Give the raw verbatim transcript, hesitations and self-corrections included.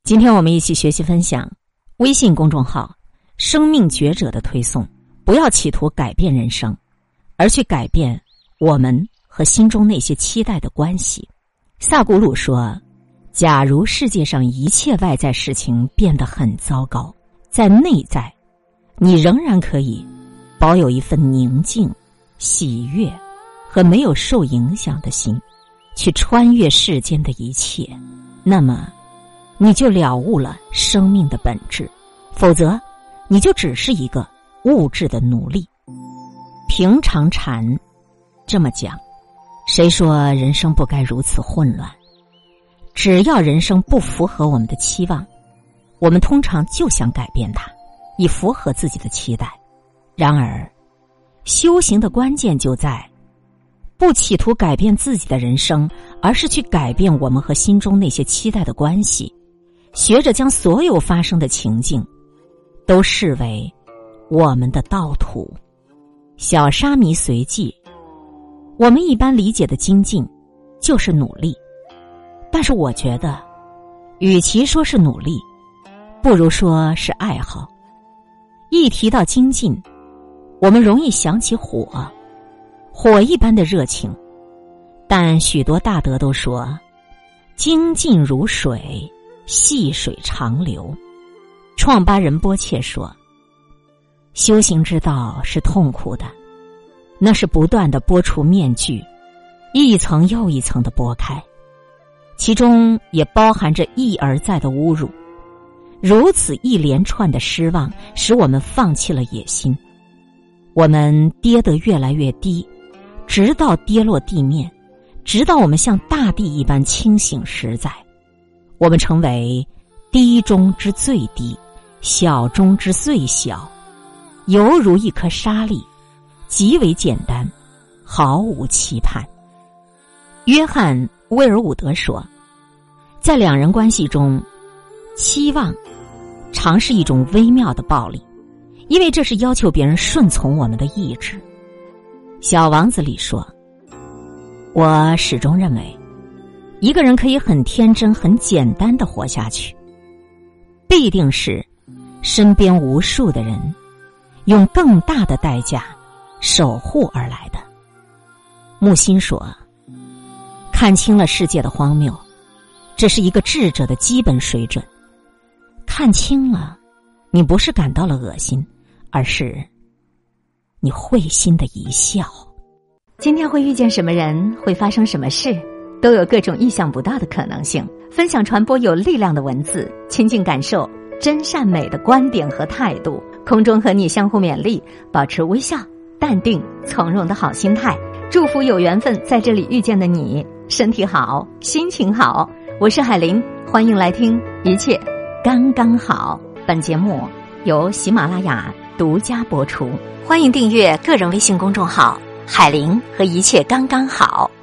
今天我们一起学习分享微信公众号生命觉者的推送，不要企图改变人生，而去改变我们和心中那些期待的关系。萨古鲁说，假如世界上一切外在事情变得很糟糕，在内在你仍然可以保有一份宁静、喜悦和没有受影响的心，去穿越世间的一切，那么你就了悟了生命的本质，否则你就只是一个物质的奴隶。平常禅这么讲，谁说人生不该如此混乱？只要人生不符合我们的期望，我们通常就想改变它，以符合自己的期待。然而修行的关键就在不企图改变自己的人生，而是去改变我们和心中那些期待的关系，学着将所有发生的情境都视为我们的道途。小沙弥随记，我们一般理解的精进就是努力，但是我觉得与其说是努力，不如说是爱好。一提到精进，我们容易想起火，火一般的热情，但许多大德都说精进如水，细水长流。创巴仁波切说，修行之道是痛苦的，那是不断地剥除面具，一层又一层地剥开，其中也包含着一而再的侮辱。如此一连串的失望使我们放弃了野心，我们跌得越来越低，直到跌落地面，直到我们像大地一般清醒实在。我们成为低中之最低，小中之最小，犹如一颗沙粒，极为简单，毫无期盼。约翰·威尔伍德说，在两人关系中，期望常是一种微妙的暴力，因为这是要求别人顺从我们的意志。小王子里说，我始终认为一个人可以很天真很简单地活下去，必定是身边无数的人用更大的代价守护而来的。木心说，看清了世界的荒谬，这是一个智者的基本水准。看清了，你不是感到了恶心，而是你会心的一笑。 今天会遇见什么人，会发生什么事，都有各种意想不到的可能性。分享传播有力量的文字，亲近感受真善美的观点和态度。空中和你相互勉励，保持微笑、淡定、从容的好心态。祝福有缘分在这里遇见的你，身体好，心情好。我是海林，欢迎来听一切刚刚好。本节目由喜马拉雅独家播出，欢迎订阅个人微信公众号海林和一切刚刚好。